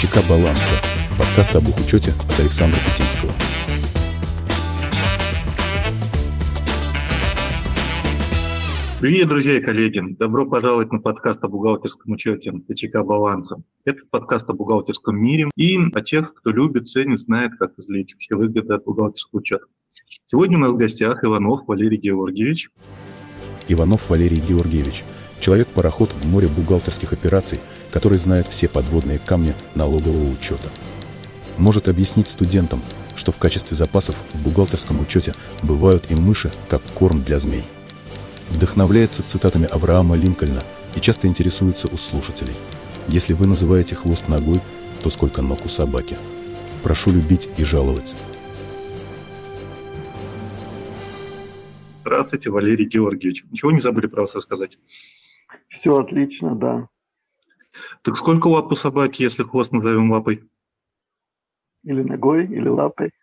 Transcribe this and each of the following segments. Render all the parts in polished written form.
ТЧК «Баланса». Подкаст об бухучете от Александра Петинского. Привет, друзья и коллеги! Добро пожаловать на подкаст о бухгалтерском учете ТЧК «Баланса». Это подкаст о бухгалтерском мире и о тех, кто любит, ценит, знает, как извлечь все выгоды от бухгалтерского учета. Сегодня у нас в гостях Иванов Валерий Георгиевич. Иванов Валерий Георгиевич – человек-пароход в море бухгалтерских операций, который знает все подводные камни налогового учета. Может объяснить студентам, что в качестве запасов в бухгалтерском учете бывают и мыши, как корм для змей. Вдохновляется цитатами Авраама Линкольна и часто интересуется у слушателей. Если вы называете хвост ногой, то сколько ног у собаки? Прошу любить и жаловать. Здравствуйте, Валерий Георгиевич. Ничего не забыли про вас рассказать? Все отлично, да. Так сколько лап у собаки, если хвост назовем лапой? Или ногой, или лапой.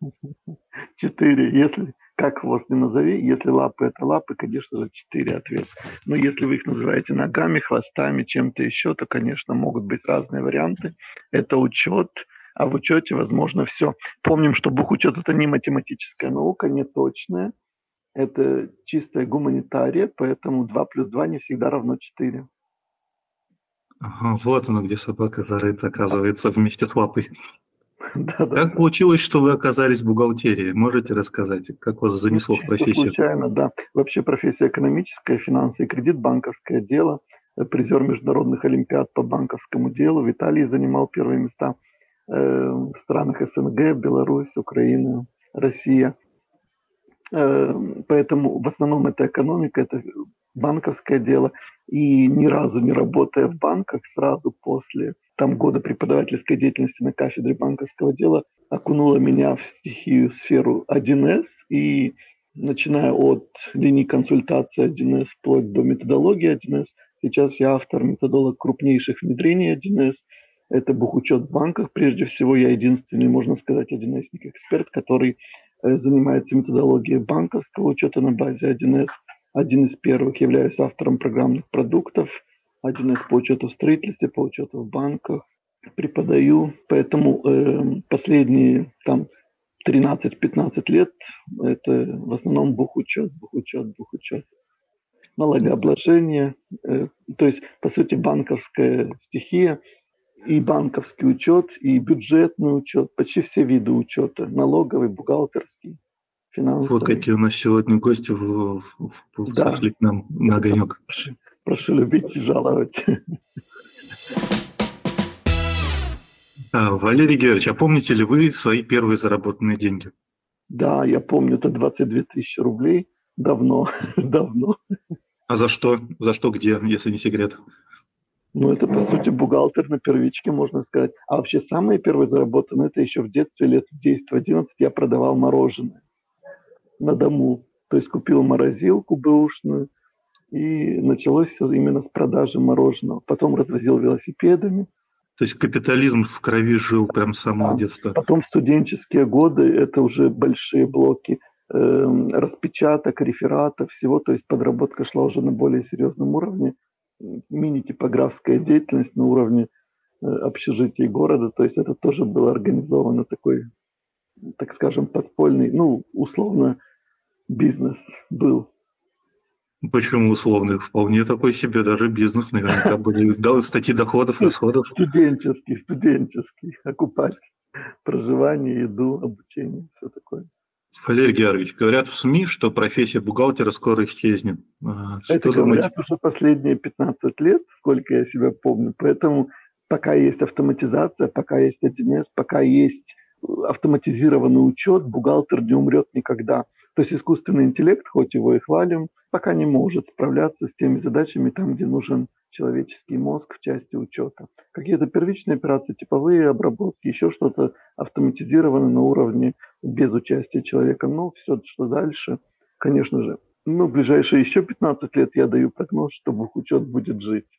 4. Если как хвост не назови, если лапы это лапы, конечно же, 4 ответ. Но если вы их называете ногами, хвостами, чем-то еще, то, конечно, могут быть разные варианты. Это учет, а в учете возможно все. Помним, что бухучет это не математическая наука, не точная. Это чистая гуманитария, поэтому 2 плюс 2 не всегда равно 4. Ага, вот оно, где собака зарыта, оказывается, вместе с лапой. Да. Как получилось, что вы оказались в бухгалтерии? Можете рассказать, как вас занесло в профессию? Случайно, да. Вообще профессия экономическая, финансы и кредит, банковское дело. Призер международных олимпиад по банковскому делу. В Италии занимал первые места. В странах СНГ, Беларусь, Украина, Россия. Поэтому в основном это экономика, это банковское дело. И ни разу не работая в банках, сразу после года преподавательской деятельности на кафедре банковского дела окунула меня в стихию, сферу 1С. И начиная от линий консультации 1С вплоть до методологии 1С, сейчас я автор, методолог крупнейших внедрений 1С. Это бухучет в банках. Прежде всего, я единственный, можно сказать, 1С-эксперт, который занимается методологией банковского учета на базе 1С. Один из первых, являюсь автором программных продуктов, 1С по учету в строительстве, по учету в банках. Преподаю, поэтому последние 13-15 лет это в основном бухучет. Налогообложение, то есть, по сути, банковская стихия, и банковский учет, и бюджетный учет, почти все виды учета, налоговый, бухгалтерский, финансовый. Вот какие у нас сегодня гости сошли к нам на огонек. Прошу любить и жаловать. Валерий Георгиевич, а помните ли вы свои первые заработанные деньги? Да, я помню, это 22 тысячи рублей. Давно. А за что? За что, где, если не секрет? Это, по сути, бухгалтер на первичке, можно сказать. А вообще, самые первые заработанные, это еще в детстве, лет в 10-11, я продавал мороженое на дому. То есть купил морозилку бэушную, и началось все именно с продажи мороженого. Потом развозил велосипедами. То есть капитализм в крови жил прям с самого детства. Потом студенческие годы, это уже большие блоки распечаток, рефератов, всего. То есть подработка шла уже на более серьезном уровне. Мини-типографская деятельность на уровне общежития города. То есть это тоже было организовано такой, так скажем, подпольный, условно, бизнес был. Почему условный? Вполне такой себе даже бизнес. Наверняка были статьи доходов, расходов. Студенческий. Окупать проживание, еду, обучение, все такое. Валерий Георгиевич, говорят в СМИ, что профессия бухгалтера скоро исчезнет. Это говорят уже последние 15 лет, сколько я себя помню. Поэтому пока есть автоматизация, пока есть 1С, пока есть автоматизированный учет, бухгалтер не умрет никогда. То есть искусственный интеллект, хоть его и хвалим, пока не может справляться с теми задачами там, где нужен человеческий мозг в части учета. Какие-то первичные операции, типовые обработки, еще что-то автоматизировано на уровне без участия человека. Но все, что дальше, конечно же, в ближайшие еще 15 лет я даю прогноз, что бухучет будет жить.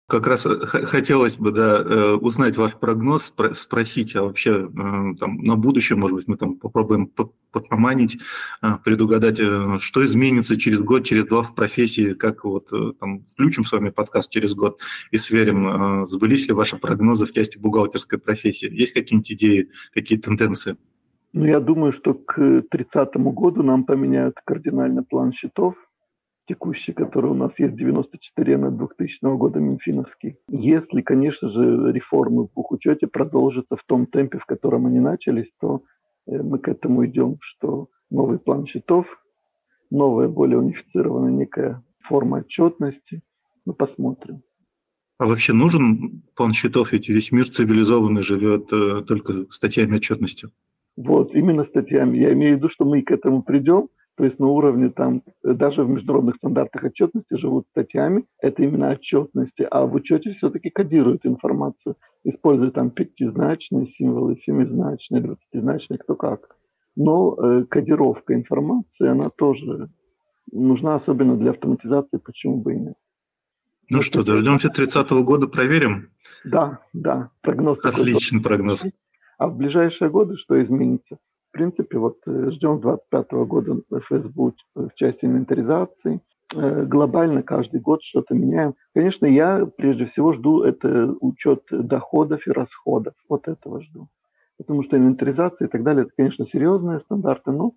Как раз хотелось бы, да, узнать ваш прогноз, спросить, а вообще там, на будущее, может быть, мы там попробуем потаманить, предугадать, что изменится через год, через два в профессии, как вот там включим с вами подкаст через год и сверим, сбылись ли ваши прогнозы в части бухгалтерской профессии. Есть какие-нибудь идеи, какие тенденции? Ну, я думаю, что к 2030 году нам поменяют кардинально план счетов, текущий, который у нас есть 94 на 2000 года Минфиновский. Если, конечно же, реформы в бухучете продолжатся в том темпе, в котором они начались, то мы к этому идем, что новый план счетов, новая, более унифицированная некая форма отчетности. Мы посмотрим. А вообще нужен план счетов? Ведь весь мир цивилизованный живет только статьями отчетности. Вот, именно статьями. Я имею в виду, что мы к этому придем. То есть на уровне там, даже в международных стандартах отчетности живут статьями, это именно отчетности, а в учете все-таки кодируют информацию, используя там пятизначные символы, семизначные, 20-значные, кто как. Но кодировка информации, она тоже нужна, особенно для автоматизации, почему бы и нет. Ну что, дождемся 30-го года, проверим? Да, прогноз. Отличный прогноз. А в ближайшие годы что изменится? В принципе, вот ждем 2025 года ФСБ в части инвентаризации. Глобально каждый год что-то меняем. Конечно, я прежде всего жду это учет доходов и расходов. Вот этого жду. Потому что инвентаризация и так далее, это, конечно, серьезные стандарты, но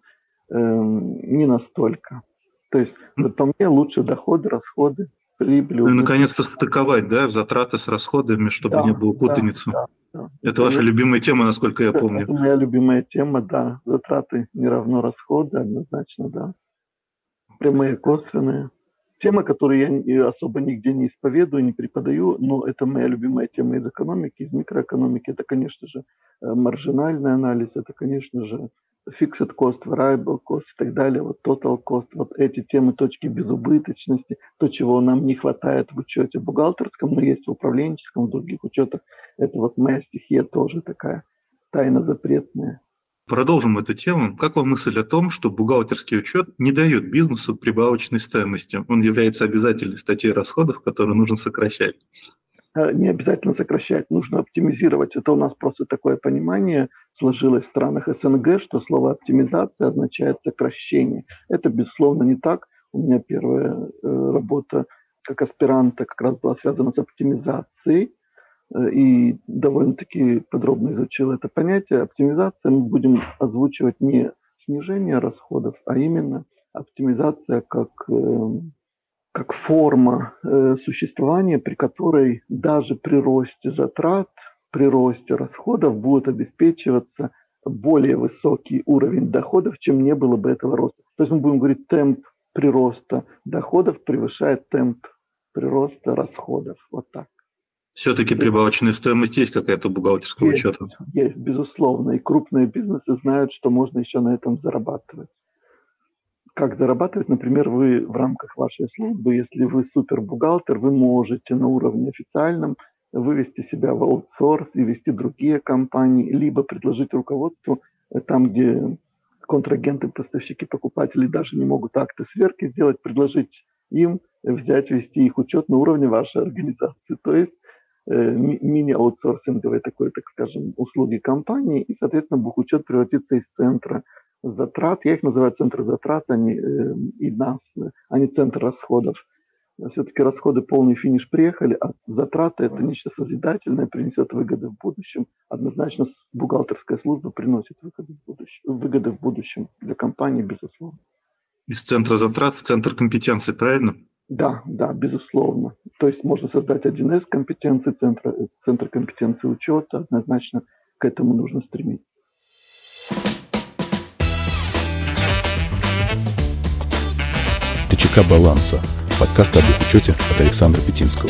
не настолько. То есть, по мне, лучше доходы, расходы, прибыль. Ну и наконец-то стыковать, да, затраты с расходами, чтобы не было путаницы. Да. Это ваша любимая тема, насколько я помню. Это моя любимая тема, да. Затраты не равно расходы, однозначно, да. Прямые, косвенные. Тема, которую я особо нигде не исповедую, не преподаю, но это моя любимая тема из экономики, из микроэкономики. Это, конечно же, маржинальный анализ, это, конечно же, fixed cost, variable cost и так далее, вот total cost, вот эти темы, точки безубыточности, то, чего нам не хватает в учете бухгалтерском, но есть в управленческом, в других учетах. Это вот моя стихия тоже такая тайна запретная. Продолжим эту тему. Как вам мысль о том, что бухгалтерский учет не дает бизнесу прибавочной стоимости? Он является обязательной статьей расходов, которую нужно сокращать. Не обязательно сокращать, нужно оптимизировать. Это у нас просто такое понимание сложилось в странах СНГ, что слово оптимизация означает сокращение. Это, безусловно, не так. У меня первая работа как аспиранта как раз была связана с оптимизацией. И довольно-таки подробно изучил это понятие. Оптимизация мы будем озвучивать не снижение расходов, а именно оптимизация как форма существования, при которой даже при росте затрат, при росте расходов будет обеспечиваться более высокий уровень доходов, чем не было бы этого роста. То есть мы будем говорить, темп прироста доходов превышает темп прироста расходов. Вот так. Все-таки прибавочная стоимость есть какая-то у бухгалтерского учета? Есть, безусловно. И крупные бизнесы знают, что можно еще на этом зарабатывать. Как зарабатывать? Например, вы в рамках вашей службы, если вы супербухгалтер, вы можете на уровне официальном вывести себя в аутсорс и вести другие компании, либо предложить руководству там, где контрагенты, поставщики, покупатели даже не могут акты сверки сделать, предложить им взять, вести их учет на уровне вашей организации. То есть мини-аутсорсинговые такой, так скажем, услуги компании, и, соответственно, бухучет превратится из центра затрат, я их называю центр затрат, а не центр расходов. Все-таки расходы полный финиш приехали, а затраты – это нечто созидательное, принесет выгоды в будущем. Однозначно бухгалтерская служба приносит выгоды в будущем для компании, безусловно. Из центра затрат в центр компетенций, правильно? Да, безусловно. То есть можно создать 1С компетенции, центр компетенции учета, однозначно к этому нужно стремиться. ТЧК «Баланса». Подкаст об учете от Александра Петинского.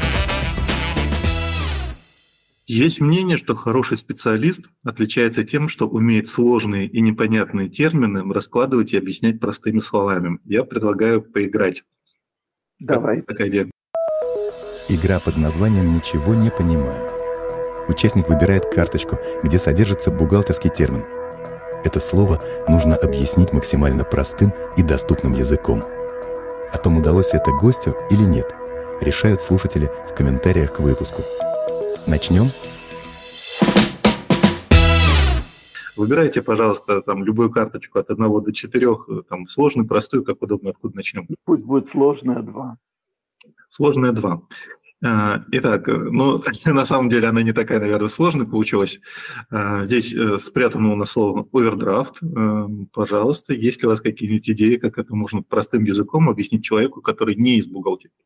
Есть мнение, что хороший специалист отличается тем, что умеет сложные и непонятные термины раскладывать и объяснять простыми словами. Я предлагаю поиграть. Давай. Такая идея. Игра под названием «Ничего не понимаю». Участник выбирает карточку, где содержится бухгалтерский термин. Это слово нужно объяснить максимально простым и доступным языком. О том, удалось это гостю или нет, решают слушатели в комментариях к выпуску. Начнем? Выбирайте, пожалуйста, там любую карточку от 1 до 4, там сложную, простую, как удобно, откуда начнем. Пусть будет сложная 2. Сложная 2. Итак, ну, на самом деле она не такая, наверное, сложная получилась. Здесь спрятано у нас слово овердрафт. Пожалуйста, есть ли у вас какие-нибудь идеи, как это можно простым языком объяснить человеку, который не из бухгалтерии?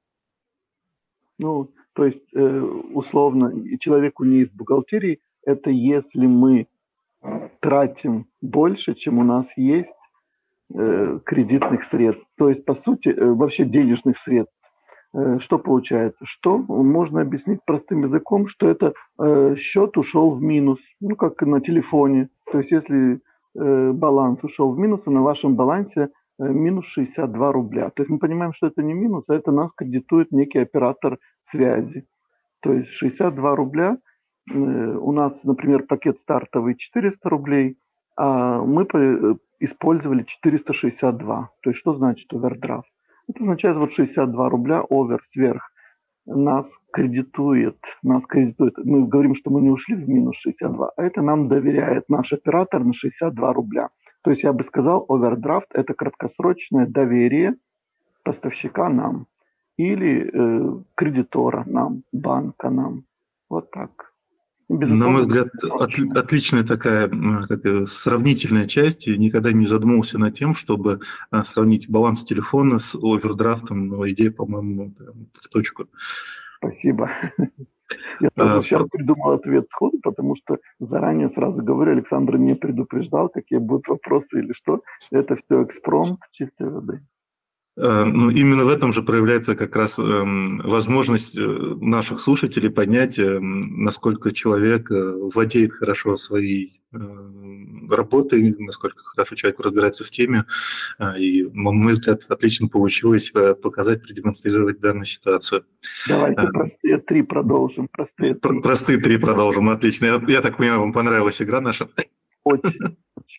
Ну, то есть, условно, человеку не из бухгалтерии, это если мы тратим больше, чем у нас есть кредитных средств. То есть, по сути, вообще денежных средств. Что получается? Что можно объяснить простым языком, что это счет ушел в минус, ну, как на телефоне. То есть, если баланс ушел в минус, а на вашем балансе минус 62 рубля. То есть, мы понимаем, что это не минус, а это нас кредитует некий оператор связи. То есть, 62 рубля, у нас, например, пакет стартовый 400 рублей, а мы использовали 462. То есть, что значит овердрафт? Это означает, вот 62 рубля овер, сверх, нас кредитует. Мы говорим, что мы не ушли в минус 62, а это нам доверяет наш оператор на 62 рубля. То есть я бы сказал, овердрафт – это краткосрочное доверие поставщика нам или кредитора нам, банка нам. Вот так. Безусловно, на мой взгляд, отличная такая сравнительная часть. Я никогда не задумывался над тем, чтобы сравнить баланс телефона с овердрафтом, но идея, по-моему, в точку. Спасибо. Я тоже сейчас придумал ответ сходу, потому что заранее сразу говорю, Александр не предупреждал, какие будут вопросы или что. Это все экспромт чистой воды. Ну, именно в этом же проявляется как раз возможность наших слушателей понять, насколько человек владеет хорошо своей работой, насколько хорошо человек разбирается в теме. И, на мой взгляд, отлично получилось показать, продемонстрировать данную ситуацию. Давайте простые 3 продолжим. Простые 3 продолжим, отлично. Я так понимаю, вам понравилась игра наша? Очень.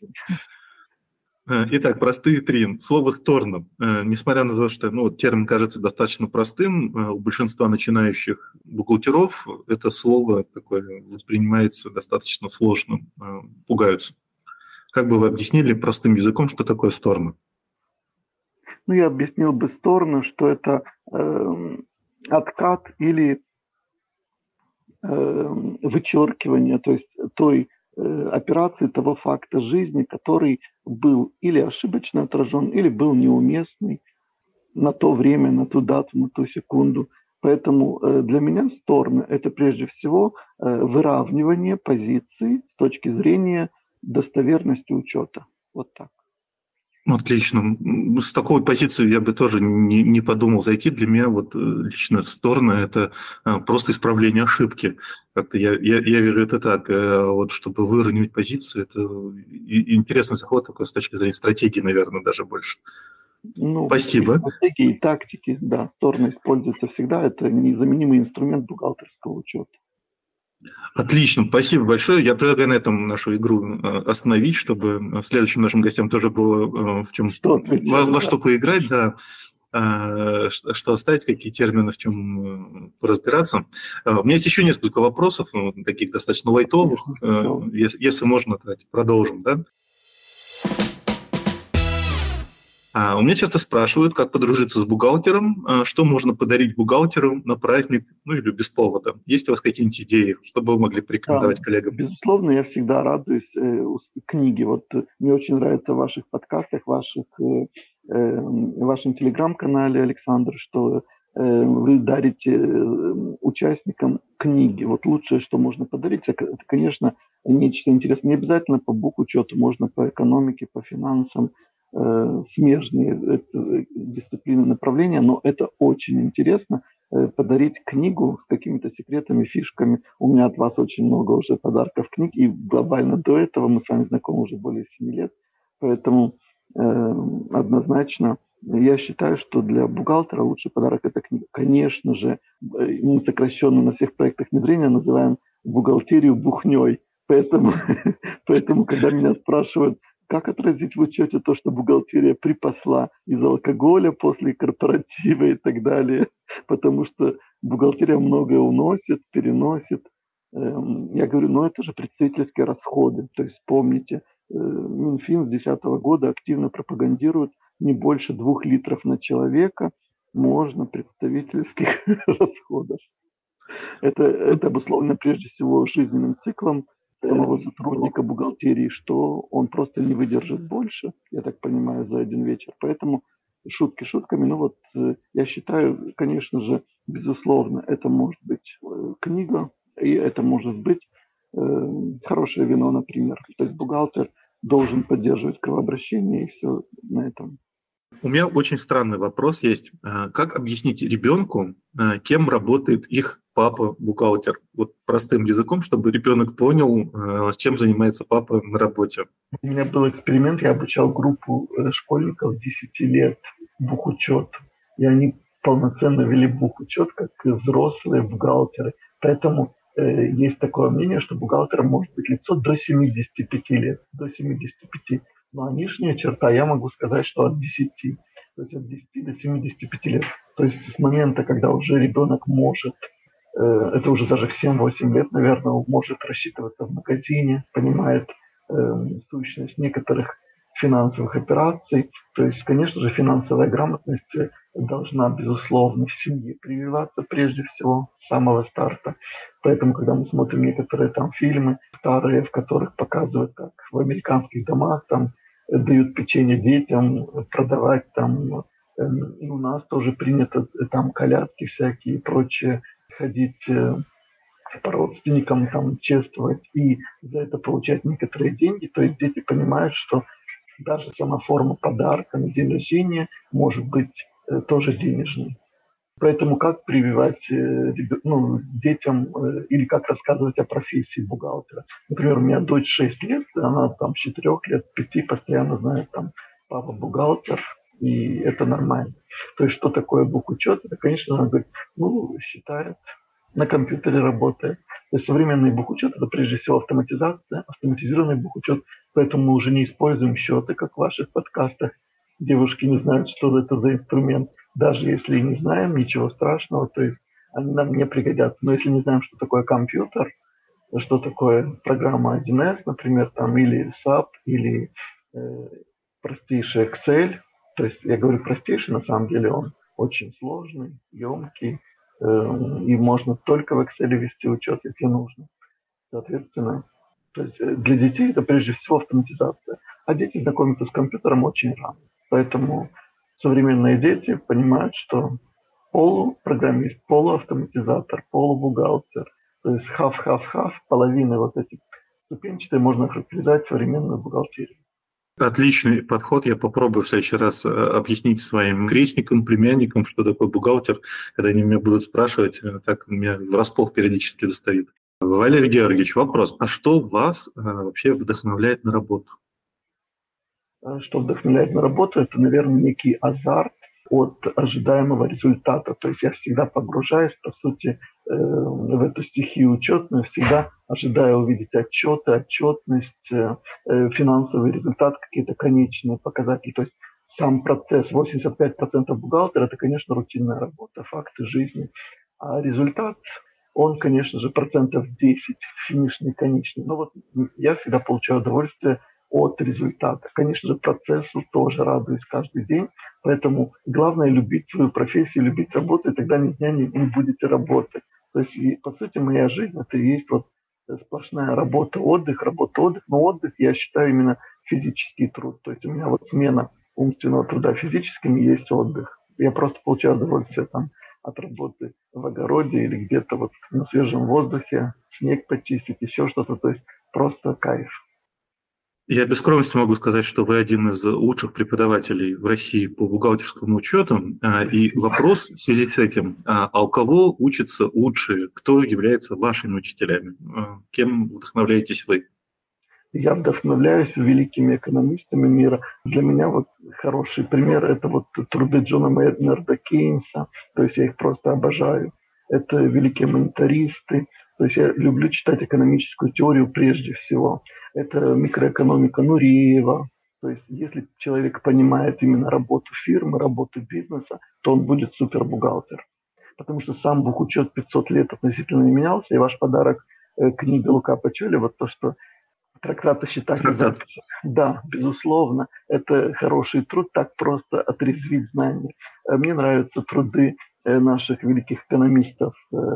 Итак, простые 3. Слово «сторона». Несмотря на то, что термин кажется достаточно простым, у большинства начинающих бухгалтеров это слово такое воспринимается достаточно сложным, пугаются. Как бы вы объяснили простым языком, что такое «сторона»? Ну, я объяснил бы «сторона», что это откат или вычеркивание, то есть той операции, того факта жизни, который был или ошибочно отражен, или был неуместный на то время, на ту дату, на ту секунду. Поэтому для меня сторона – это прежде всего выравнивание позиций с точки зрения достоверности учета. Вот так. Отлично. С такой позиции я бы тоже не подумал зайти. Для меня вот лично сторона – это просто исправление ошибки. Как-то я вижу это так. Вот чтобы выровнять позицию, это интересный заход такой с точки зрения стратегии, наверное, даже больше. Ну, спасибо. И стратегии, и тактики, да, сторона используется всегда. Это незаменимый инструмент бухгалтерского учета. Отлично, спасибо большое. Я предлагаю на этом нашу игру остановить, чтобы следующим нашим гостям тоже было в чем во что поиграть, да, что оставить, какие термины, в чем разбираться. У меня есть еще несколько вопросов, таких достаточно лайтовых. Если можно, давайте продолжим, да? У меня часто спрашивают, как подружиться с бухгалтером, что можно подарить бухгалтеру на праздник, ну или без повода. Есть у вас какие-нибудь идеи, чтобы вы могли порекомендовать коллегам? Безусловно, я всегда радуюсь книге. Вот мне очень нравится в ваших подкастах, в вашем телеграм-канале, Александр, что вы дарите участникам книги. Вот лучшее, что можно подарить, это, конечно, нечто интересное. Не обязательно по бухучету, можно по экономике, по финансам, смежные дисциплины, направления, но это очень интересно подарить книгу с какими-то секретами, фишками. У меня от вас очень много уже подарков книг, и глобально до этого мы с вами знакомы уже более 7 лет, поэтому однозначно я считаю, что для бухгалтера лучший подарок – это книга. Конечно же, мы сокращенно на всех проектах внедрения называем бухгалтерию бухней, поэтому когда меня спрашивают, как отразить в учете то, что бухгалтерия припасла из алкоголя после корпоратива и так далее, потому что бухгалтерия многое уносит, переносит. Я говорю, это же представительские расходы. То есть помните, Минфин с 2010 года активно пропагандирует не больше 2 литров на человека можно представительских расходов. Это обусловлено прежде всего жизненным циклом самого сотрудника бухгалтерии, что он просто не выдержит больше, я так понимаю, за один вечер. Поэтому шутки шутками, я считаю, конечно же, безусловно, это может быть книга, и это может быть хорошее вино, например. То есть бухгалтер должен поддерживать кровообращение, и все на этом. У меня очень странный вопрос есть. Как объяснить ребенку, кем работает их папа-бухгалтер? Вот простым языком, чтобы ребенок понял, чем занимается папа на работе. У меня был эксперимент, я обучал группу школьников 10 лет бухучет, и они полноценно вели бухучет, как взрослые бухгалтеры. Поэтому есть такое мнение, что бухгалтером может быть лицо до 75 лет, до 75. Ну а нижняя черта, я могу сказать, что от 10, то есть от 10 до 75 лет. То есть с момента, когда уже ребенок может, это уже даже в 7-8 лет, наверное, может рассчитываться в магазине, понимает сущность некоторых финансовых операций. То есть, конечно же, финансовая грамотность должна, безусловно, в семье прививаться прежде всего с самого старта. Поэтому, когда мы смотрим некоторые там фильмы старые, в которых показывают, как в американских домах там дают печенье детям, продавать там, и у нас тоже принято там колядки всякие и прочее, ходить по родственникам там чествовать и за это получать некоторые деньги. То есть дети понимают, что даже сама форма подарка на день рождения может быть тоже денежной. Поэтому как прививать детям или как рассказывать о профессии бухгалтера? Например, у меня дочь 6 лет, она там с 4 лет, с 5 постоянно знает там папа бухгалтер, и это нормально. То есть что такое бухучет? Это, конечно, она говорит, считает, на компьютере работает. То есть современный бухучет – это прежде всего автоматизация, автоматизированный бухучет, поэтому мы уже не используем счеты, как в ваших подкастах. Девушки не знают, что это за инструмент. Даже если не знаем, ничего страшного, то есть они нам не пригодятся. Но если не знаем, что такое компьютер, что такое программа 1С, например, там, или SAP, или простейший Excel, то есть я говорю простейший, на самом деле он очень сложный, емкий, и можно только в Excel вести учет, если нужно. Соответственно, то есть для детей это прежде всего автоматизация. А дети знакомятся с компьютером очень рано. Поэтому современные дети понимают, что полупрограммист, полуавтоматизатор, полубухгалтер, то есть half, половины вот этих ступенчатые можно характеризовать современную бухгалтерию. Отличный подход. Я попробую в следующий раз объяснить своим крестникам, племянникам, что такое бухгалтер, когда они меня будут спрашивать, так меня врасплох периодически достают. Валерий Георгиевич, вопрос. А что вас вообще вдохновляет на работу? Что вдохновляет на работу, это, наверное, некий азарт от ожидаемого результата. То есть я всегда погружаюсь, по сути, в эту стихию учетную, всегда ожидаю увидеть отчеты, отчетность, финансовый результат, какие-то конечные показатели. То есть сам процесс, 85% бухгалтера – это, конечно, рутинная работа, факты жизни. А результат, он, конечно же, 10% финишный, конечный. Но я всегда получаю удовольствие от результата. Конечно же, процессу тоже радуюсь каждый день. Поэтому главное любить свою профессию, любить работу, и тогда ни дня не будете работать. То есть, по сути, моя жизнь – это и есть сплошная работа-отдых. Но отдых я считаю именно физический труд. То есть у меня смена умственного труда физическим есть отдых. Я просто получаю удовольствие там от работы в огороде или где-то на свежем воздухе, снег почистить, еще что-то. То есть просто кайф. Я без скромности могу сказать, что вы один из лучших преподавателей в России по бухгалтерскому учету. И вопрос в связи с этим, а у кого учатся лучшие? Кто является вашими учителями? Кем вдохновляетесь вы? Я вдохновляюсь великими экономистами мира. Для меня хороший пример – это труды Джона Мейнарда Кейнса. То есть я их просто обожаю. Это великие монетаристы. То есть я люблю читать экономическую теорию прежде всего. Это микроэкономика Нуриева, То есть если человек понимает именно работу фирмы, работу бизнеса, то он будет супербухгалтер. Потому что сам бухучет 500 лет относительно не менялся, и ваш подарок книга Лука Пачули, вот то, что трактат о счетах и записях. Да, безусловно, это хороший труд, так просто отрезвить знания. Мне нравятся труды наших великих экономистов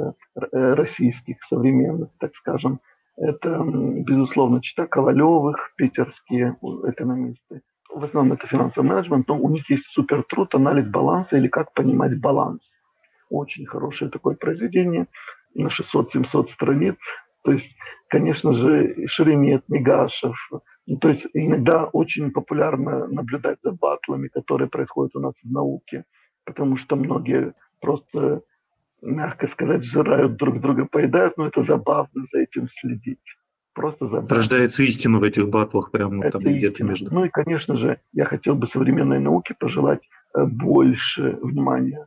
российских, современных, так скажем. Это, безусловно, чита Ковалевых, питерские экономисты. В основном это финансовый менеджмент, но у них есть супертруд «Анализ баланса» или «Как понимать баланс». Очень хорошее такое произведение на 600-700 страниц. То есть, конечно же, Шеремет, Негашев. То есть иногда очень популярно наблюдать за батлами, которые происходят у нас в науке, потому что многие просто, мягко сказать, жирают друг друга, поедают, но это забавно за этим следить. Просто забавно. Рождается истина в этих батлах прямо это там где-то между. Ну и, конечно же, я хотел бы современной науке пожелать больше внимания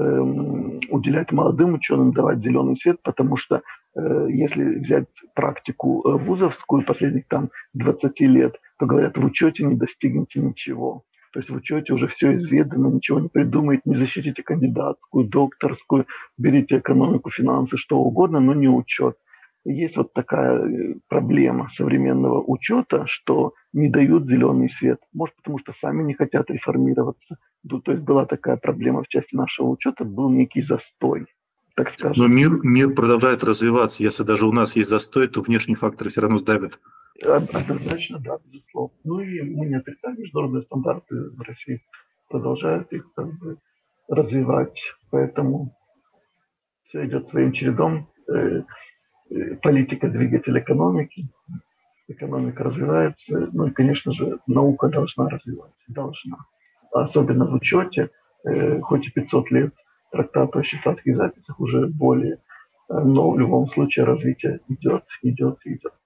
уделять молодым ученым, давать зеленый свет, потому что если взять практику вузовскую последних там 20 лет, то говорят, в учете не достигнете ничего. То есть в учете уже все изведано, ничего не придумаете, не защитите кандидатскую, докторскую, берите экономику, финансы, что угодно, но не учет. Есть вот такая проблема современного учета, что не дают зеленый свет. Может, потому что сами не хотят реформироваться. То есть была такая проблема в части нашего учета, был некий застой, так скажем. Но мир продолжает развиваться. Если даже у нас есть застой, то внешние факторы все равно сдавят. Однозначно, да, безусловно. Ну и мы не отрицаем международные стандарты в России. Продолжают их как бы развивать. Поэтому все идет своим чередом. Политика – двигатель экономики, экономика развивается, ну и, конечно же, наука должна развиваться, должна. Особенно в учете, хоть и 500 лет трактату о счетах и записях уже более, но в любом случае развитие идет.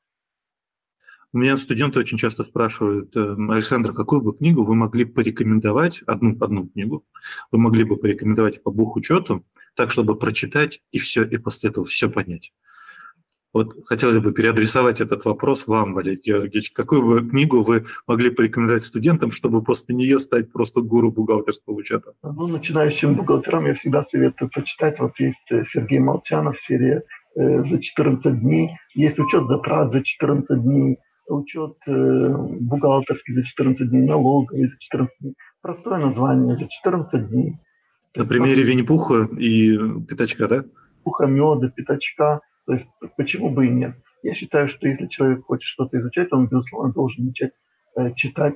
У меня студенты очень часто спрашивают: Александр, какую бы книгу вы могли порекомендовать, одну книгу вы могли бы порекомендовать по бухучету, так, чтобы прочитать и все, и после этого все понять? Вот хотелось бы переадресовать этот вопрос вам, Валерий Георгиевич. Какую бы книгу вы могли порекомендовать студентам, чтобы после нее стать просто гуру бухгалтерского учета? Ну, начинающим бухгалтерам я всегда советую почитать. Вот есть Сергей Молчанов, серия «За 14 дней». Есть учет затрат за 14 дней, учет бухгалтерский за 14 дней, налоговый за 14 дней. Простое название «За 14 дней». На примере Винни-Пуха и Пятачка, да? Пуха, меда, Пятачка. То есть почему бы и нет? Я считаю, что если человек хочет что-то изучать, он, безусловно, должен начать читать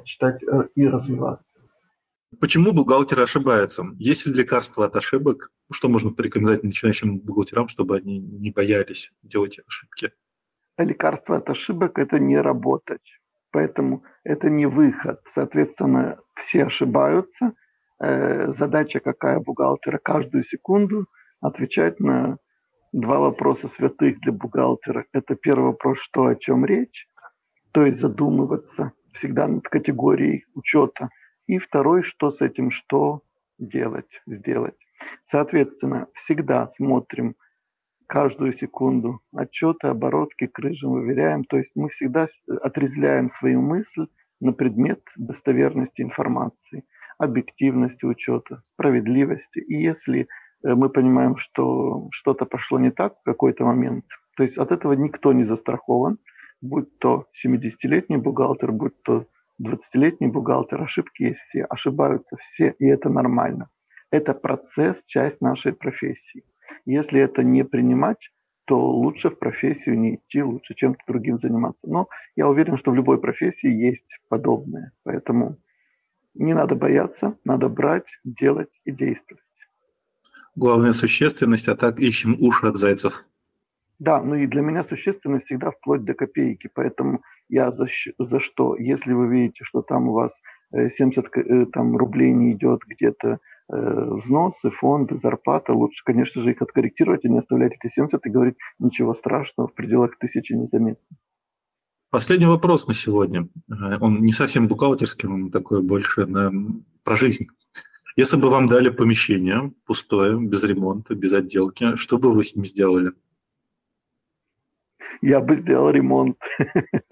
и развиваться. Почему бухгалтеры ошибаются? Есть ли лекарства от ошибок? Что можно порекомендовать начинающим бухгалтерам, чтобы они не боялись делать ошибки? Лекарство от ошибок – это не работать. Поэтому это не выход. Соответственно, все ошибаются. Задача какая бухгалтера? Каждую секунду отвечать на 2 вопроса святых для бухгалтера. Это первый вопрос, что о чем речь, то есть задумываться всегда над категорией учета. И второй, что с этим, что сделать. Соответственно, всегда смотрим каждую секунду отчеты, оборотки, крыжим, выверяем. То есть мы всегда отрезвляем свою мысль на предмет достоверности информации, объективности учета, справедливости. И если мы понимаем, что что-то пошло не так в какой-то момент, то есть от этого никто не застрахован, будь то 70-летний бухгалтер, будь то 20-летний бухгалтер, ошибки есть все, ошибаются все, и это нормально. Это процесс, часть нашей профессии. Если это не принимать, то лучше в профессию не идти, лучше чем-то другим заниматься. Но я уверен, что в любой профессии есть подобное. Поэтому не надо бояться, надо брать, делать и действовать. Главная существенность, а так ищем уши от зайцев. Да, ну и для меня существенность всегда вплоть до копейки. Поэтому я за что? Если вы видите, что там у вас 70 рублей не идет где-то взносы, фонды, зарплата, лучше, конечно же, их откорректировать и не оставлять эти 70 и говорить: ничего страшного, в пределах 1000 незаметно. Последний вопрос на сегодня. Он не совсем бухгалтерский, он такой больше про жизнь. Если бы вам дали помещение пустое, без ремонта, без отделки, что бы вы с ним сделали? Я бы сделал ремонт.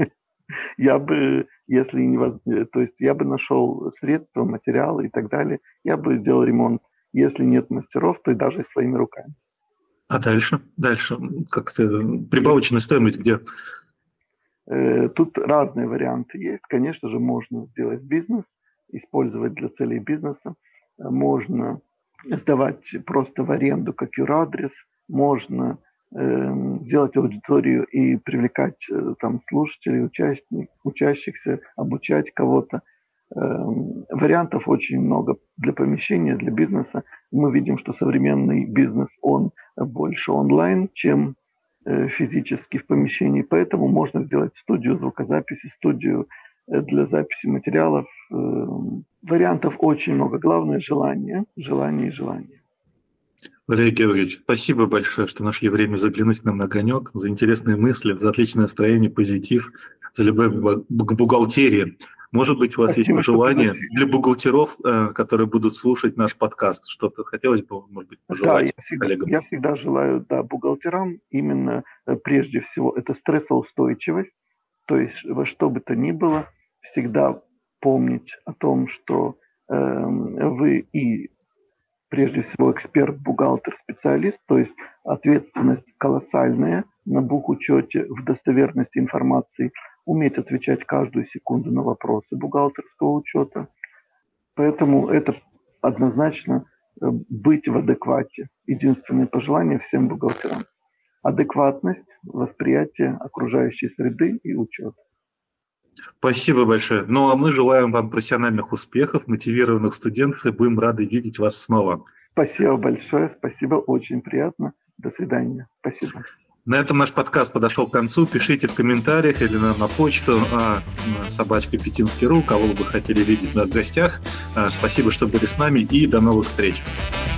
Я бы, если то есть я бы нашел средства, материалы и так далее, я бы сделал ремонт. Если нет мастеров, то и даже своими руками. А дальше? Дальше как-то прибавочная стоимость где? Тут разные варианты есть. Конечно же, можно сделать бизнес, использовать для целей бизнеса. Можно сдавать просто в аренду как юрадрес. Можно сделать аудиторию и привлекать там слушателей, учащихся, обучать кого-то. Вариантов очень много для помещения, для бизнеса. Мы видим, что современный бизнес, он больше онлайн, чем физически в помещении, поэтому можно сделать студию звукозаписи, студию для записи материалов. Вариантов очень много. Главное – желание, желание и желание. Валерий Георгиевич, спасибо большое, что нашли время заглянуть к нам на огонек, за интересные мысли, за отличное настроение, позитив, за любовь к бухгалтерии. Может быть, у вас есть пожелания для бухгалтеров, которые будут слушать наш подкаст? Что-то хотелось бы, может быть, пожелать коллегам? Я всегда желаю, бухгалтерам именно прежде всего это стрессоустойчивость, то есть во что бы то ни было, всегда помнить о том, что вы и прежде всего эксперт, бухгалтер, специалист, то есть ответственность колоссальная на бухучете, в достоверности информации, уметь отвечать каждую секунду на вопросы бухгалтерского учета. Поэтому это однозначно быть в адеквате. Единственное пожелание всем бухгалтерам. Адекватность, восприятие окружающей среды и учет. Спасибо большое. Ну, а мы желаем вам профессиональных успехов, мотивированных студентов, и будем рады видеть вас снова. Спасибо большое, спасибо, очень приятно. До свидания. Спасибо. На этом наш подкаст подошел к концу. Пишите в комментариях или на почту @petinski.ru, кого вы бы хотели видеть в гостях. Спасибо, что были с нами, и до новых встреч.